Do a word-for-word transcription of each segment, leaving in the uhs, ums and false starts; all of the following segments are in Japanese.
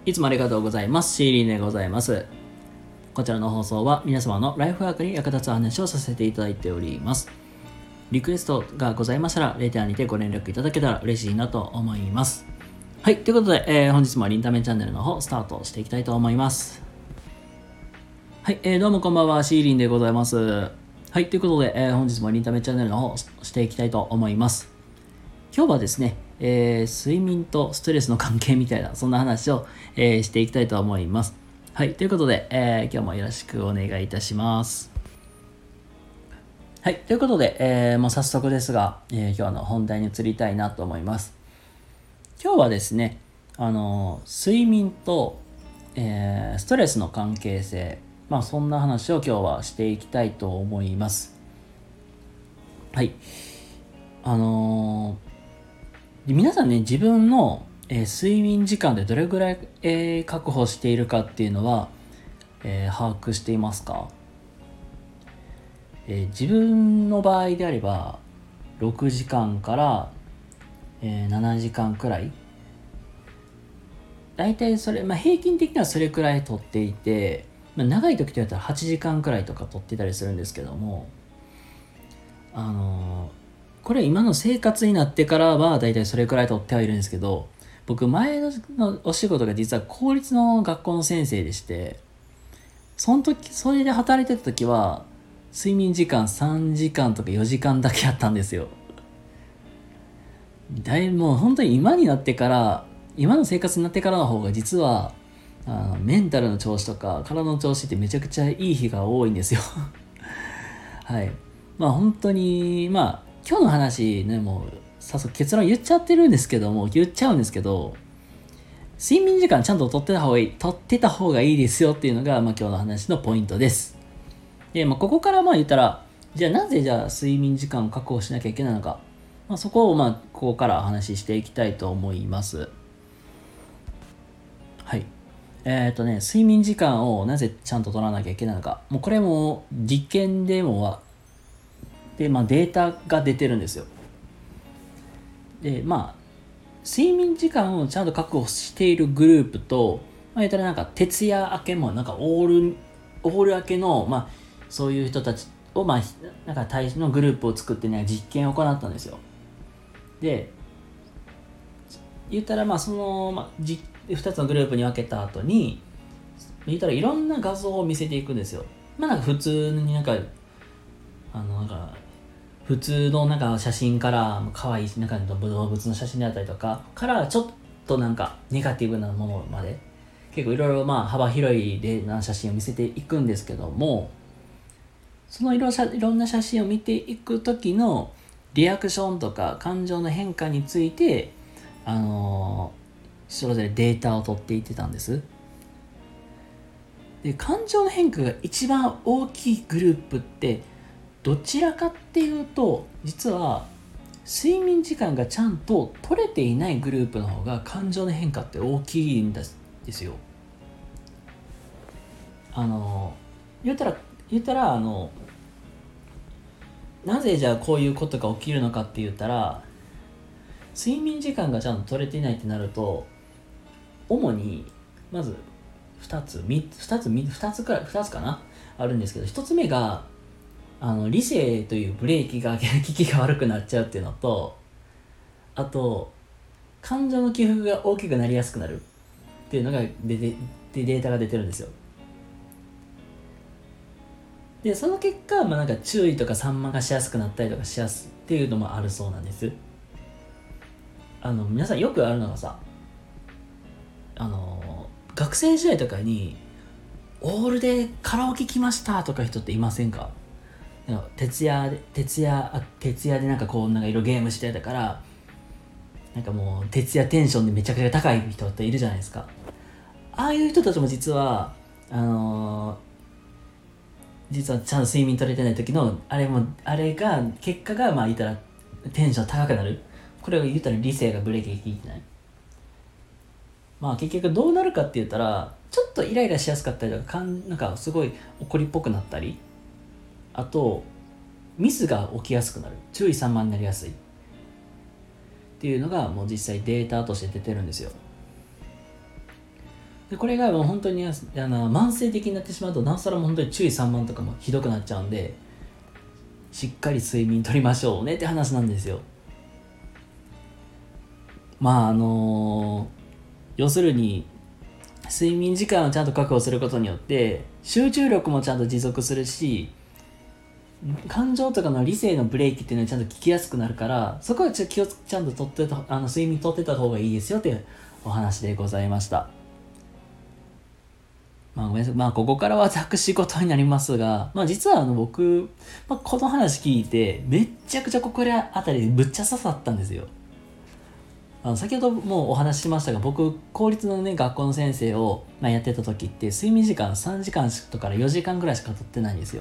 いつもありがとうございます。シーリンでございます。こちらの放送は皆様のライフワークに役立つ話をさせていただいております。リクエストがございましたら、レターにてご連絡いただけたら嬉しいなと思います。はい、ということで、えー、本日もリンタメチャンネルの方、スタートしていきたいと思います。はい、えー、どうもこんばんは、シーリンでございます。はい、ということで、えー、本日もリンタメチャンネルの方、していきたいと思います。今日はですね、えー、睡眠とストレスの関係みたいな、そんな話を、えー、していきたいと思います。はい、ということで、えー、今日もよろしくお願いいたします。はい、ということで、えー、もう早速ですが、えー、今日の本題に移りたいなと思います。今日はですね、あのー、睡眠と、えー、ストレスの関係性、まあそんな話を今日はしていきたいと思います。はい、あのー皆さんね、自分の、えー、睡眠時間でどれぐらい、えー、確保しているかっていうのは、えー、把握していますか？えー、自分の場合であればろくじかんから、えー、ななじかんくらい、だいたいそれ、まあ、平均的にはそれくらい取っていて、まあ、長い時と言ったらはちじかんくらいとか取ってたりするんですけども、あのーこれ今の生活になってからはだいたいそれくらい取ってはいるんですけど、僕前のお仕事が実は公立の学校の先生でして、その時それで働いてた時は睡眠時間さんじかんとかよじかんだけやったんですよ。だいぶもう本当に今になってから今の生活になってからの方が実はあのメンタルの調子とか体の調子ってめちゃくちゃいい日が多いんですよはい、まあ本当にまあ今日の話ね、もう早速結論言っちゃってるんですけども、言っちゃうんですけど、睡眠時間ちゃんと取ってた方がいい、取ってた方がいいですよっていうのが、まあ、今日の話のポイントです。で、まあ、ここからまあ言ったら、じゃあなぜじゃあ睡眠時間を確保しなきゃいけないのか、まあ、そこをまあここから話していきたいと思います。はい。えっ、ー、とね、睡眠時間をなぜちゃんと取らなきゃいけないのか、もうこれも実験でもで、まあ、データが出てるんですよ。で、まあ睡眠時間をちゃんと確保しているグループと、まあ、言ったらなんか徹夜明けもなんかオールオール明けの、まあ、そういう人たちを、まあ、なんか対のグループを作ってね、実験を行ったんですよ。で言ったらまあその、まあ、じふたつのグループに分けた後に言ったらいろんな画像を見せていくんですよ。まあなんか普通になんかあのなんか普通のなんか写真から可愛いなんか動物の写真であったりとかからちょっとなんかネガティブなものまで結構いろいろまあ幅広い例な写真を見せていくんですけども、そのいろいろんな写真を見ていく時のリアクションとか感情の変化についてあのー、それぞれデータを取っていってたんです。で、感情の変化が一番大きいグループってどちらかっていうと、実は睡眠時間がちゃんと取れていないグループの方が感情の変化って大きいんですよ。あの言ったら言ったらあのなぜじゃあこういうことが起きるのかって言ったら、睡眠時間がちゃんと取れていないってなると、主にまずふたつみっつふたつみっつつくらいふたつかなあるんですけど、ひとつめがあの理性というブレーキが効きが悪くなっちゃうっていうのと、あと感情の起伏が大きくなりやすくなるっていうのがでででデータが出てるんですよ。でその結果、まあ、なんか注意とか散漫がしやすくなったりとかしやすっていうのもあるそうなんです。あの皆さんよくあるのがさ、あの学生時代とかにオールでカラオケ来ましたとか人っていませんか？徹夜で徹夜徹夜でなんかこうなんかいろいろゲームしてたから、なんかもう徹夜テンションでめちゃくちゃ高い人っているじゃないですか。ああいう人たちも実はあのー、実はちゃんと睡眠取れてない時のあれもあれが結果がまあ言ったらテンション高くなる。これを言ったら理性がブレーキが効いてない。まあ結局どうなるかって言ったら、ちょっとイライラしやすかったりとか、かんなんかすごい怒りっぽくなったり、あとミスが起きやすくなる、注意散漫になりやすいっていうのがもう実際データとして出てるんですよ。 でこれがもう本当にあの慢性的になってしまうとなおさらもう本当に注意散漫とかもひどくなっちゃうんで、しっかり睡眠とりましょうねって話なんですよ。まああの要するに睡眠時間をちゃんと確保することによって集中力もちゃんと持続するし、感情とかの理性のブレーキっていうのはちゃんと効きやすくなるから、そこはちょっと気をちゃんと取ってた、あの睡眠取ってた方がいいですよっていうお話でございました。まあごめんなさい、まあここからは私事になりますが、まあ実はあの僕、まあ、この話聞いてめっちゃくちゃここらあたりでぶっちゃ刺さったんですよ。あの先ほどもうお話ししましたが、僕公立のね学校の先生を、まあ、やってた時って睡眠時間さんじかんとかよじかんぐらいしか取ってないんですよ。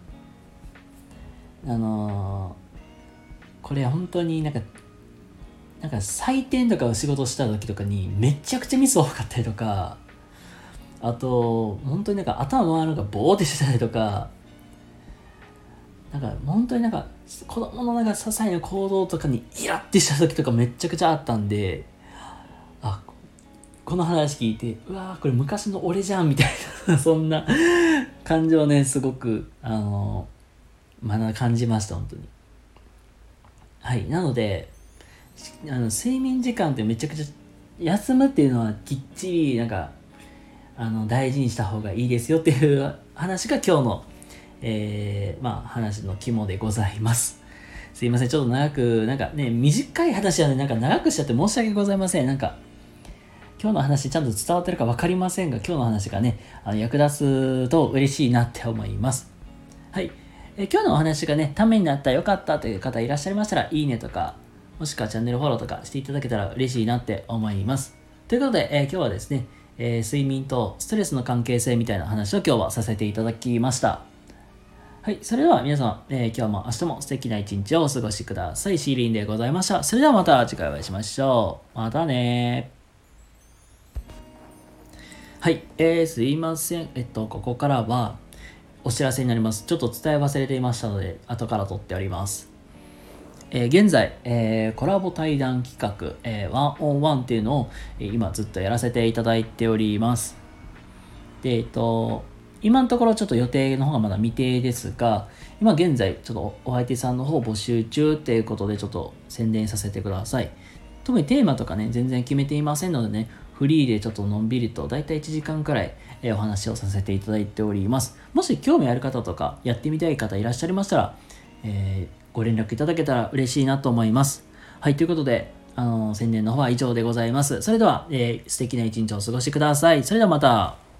あのー、これ本当になんかなんか採点とかを仕事した時とかにめちゃくちゃミス多かったりとか、あと本当になんか頭回るのがボーってしてたりとか、なんか本当になんか子供のなんか些細な行動とかにイラってした時とかめっちゃくちゃあったんで、あこの話聞いて、うわーこれ昔の俺じゃんみたいなそんな感情をねすごくあのまだ感じました本当に。はい、なのであの睡眠時間ってめちゃくちゃ休むっていうのはきっちりなんかあの大事にした方がいいですよっていう話が今日のえー、まあ話の肝でございます。すいません、ちょっと長くなんかね短い話はねなんか長くしちゃって申し訳ございません。なんか今日の話ちゃんと伝わってるか分かりませんが、今日の話がねあの役立つと嬉しいなって思います。はい、えー、今日のお話がねためになった、よかったという方いらっしゃいましたらいいねとか、もしくはチャンネルフォローとかしていただけたら嬉しいなって思います。ということで、えー、今日はですね、えー、睡眠とストレスの関係性みたいな話を今日はさせていただきました。はい、それでは皆様、えー、今日も明日も素敵な一日をお過ごしください。シーリンでございました。それではまた次回お会いしましょう。またねはい、えー、すいません。えっと、ここからはお知らせになります。ちょっと伝え忘れていましたので、後から撮っております。えー、現在、えー、コラボ対談企画、えー、ワンオンワンっていうのを、えー、今ずっとやらせていただいております。で、えっと、今のところちょっと予定の方がまだ未定ですが、今現在ちょっとお相手さんの方募集中っていうことでちょっと宣伝させてください。特にテーマとかね全然決めていませんのでね、フリーでちょっとのんびりとだいたいいちじかんくらいお話をさせていただいております。もし興味ある方とかやってみたい方いらっしゃいましたら、えー、ご連絡いただけたら嬉しいなと思います。はい、ということであの宣伝の方は以上でございます。それでは、えー、素敵な一日をお過ごしください。それではまた。